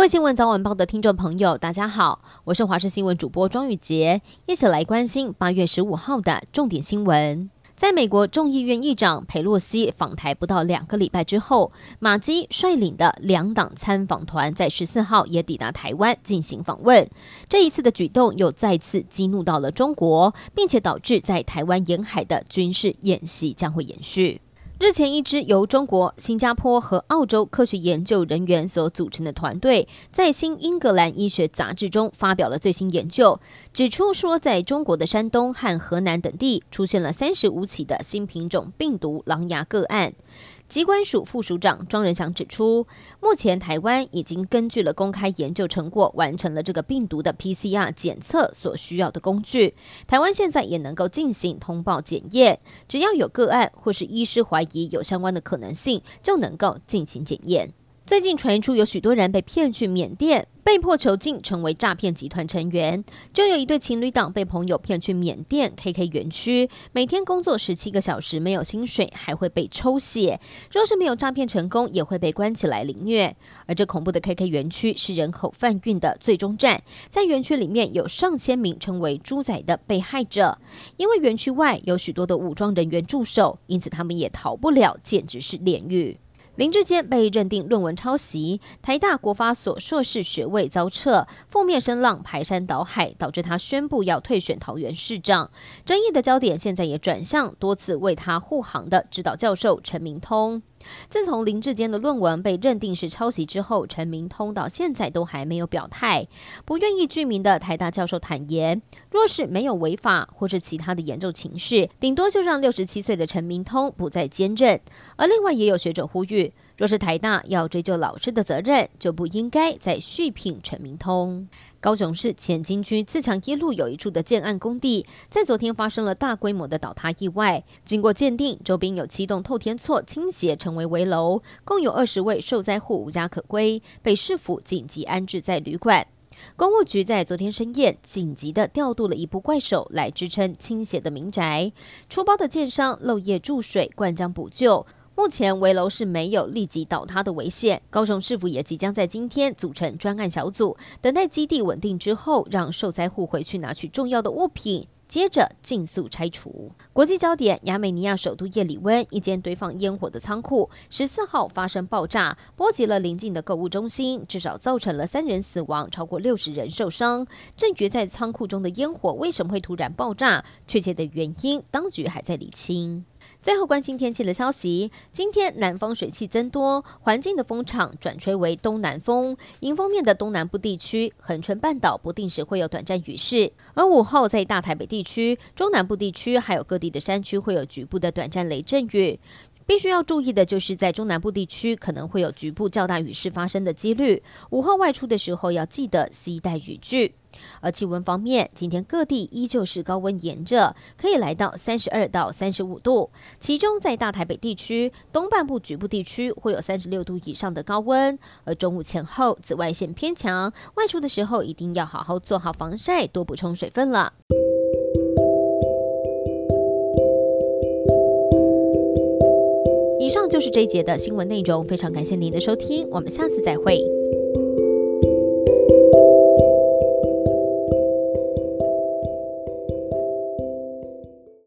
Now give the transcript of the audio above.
位新闻早晚报的听众朋友，大家好，我是华视新闻主播庄宇杰，一起来关心8月15号的重点新闻。在美国众议院议长裴洛西访台不到2个礼拜之后，马基率领的2党参访团在14号也抵达台湾进行访问。这一次的举动又再次激怒到了中国，并且导致在台湾沿海的军事演习将会延续。日前，一支由中国、新加坡和澳洲科学研究人员所组成的团队，在《新英格兰医学杂志》中发表了最新研究，指出说，在中国的山东和河南等地出现了35起的新品种病毒狼牙个案。疾管署副署长庄仁祥指出，目前台湾已经根据了公开研究成果，完成了这个病毒的 PCR 检测所需要的工具。台湾现在也能够进行通报检验，只要有个案或是医师怀疑有相关的可能性，就能够进行检验。最近传出有许多人被骗去缅甸，被迫囚禁成为诈骗集团成员。就有一对情侣档被朋友骗去缅甸 KK 园区，每天工作17个小时，没有薪水，还会被抽血。若是没有诈骗成功，也会被关起来凌虐。而这恐怖的 KK 园区是人口贩运的最终站，在园区里面有上千名称为猪仔的被害者。因为园区外有许多的武装人员驻守，因此他们也逃不了，简直是炼狱。林智坚被认定论文抄袭，台大国发所硕士学位遭撤，负面声浪排山倒海，导致他宣布要退选桃园市长。争议的焦点现在也转向多次为他护航的指导教授陈明通。自从林智坚的论文被认定是抄袭之后，陈明通到现在都还没有表态。不愿意具名的台大教授坦言，若是没有违法或是其他的严重情事，顶多就让67岁的陈明通不再兼任。而另外也有学者呼吁，若是台大要追究老师的责任，就不应该再续聘陈明通。高雄市前金区自强一路有一处的建案工地，在昨天发生了大规模的倒塌意外。经过鉴定，周边有7栋透天厝倾斜成为危楼，共有20位受灾户无家可归，被市府紧急安置在旅馆。公务局在昨天深夜紧急的调度了一部怪手来支撑倾斜的民宅，出包的建商漏夜注水灌浆补救。目前危楼是没有立即倒塌的危险，高雄市府也即将在今天组成专案小组，等待基地稳定之后，让受灾户回去拿取重要的物品，接着尽速拆除。国际焦点：亚美尼亚首都叶里温一间堆放烟火的仓库14号发生爆炸，波及了邻近的购物中心，至少造成了3人死亡，超过60人受伤。至于在仓库中的烟火为什么会突然爆炸，确切的原因当局还在厘清。最后关心天气的消息，今天南方水汽增多，环境的风场转吹为东南风，迎风面的东南部地区、恒春半岛不定时会有短暂雨势，而午后在大台北地区、中南部地区还有各地的山区会有局部的短暂雷阵雨。必须要注意的就是在中南部地区可能会有局部较大雨势发生的几率，午后外出的时候要记得携带雨具。而气温方面，今天各地依旧是高温炎热，可以来到32到35度，其中在大台北地区、东半部局部地区会有36度以上的高温。而中午前后紫外线偏强，外出的时候一定要好好做好防晒，多补充水分了。以上就是这一节的新闻内容，非常感谢您的收听，我们下次再会。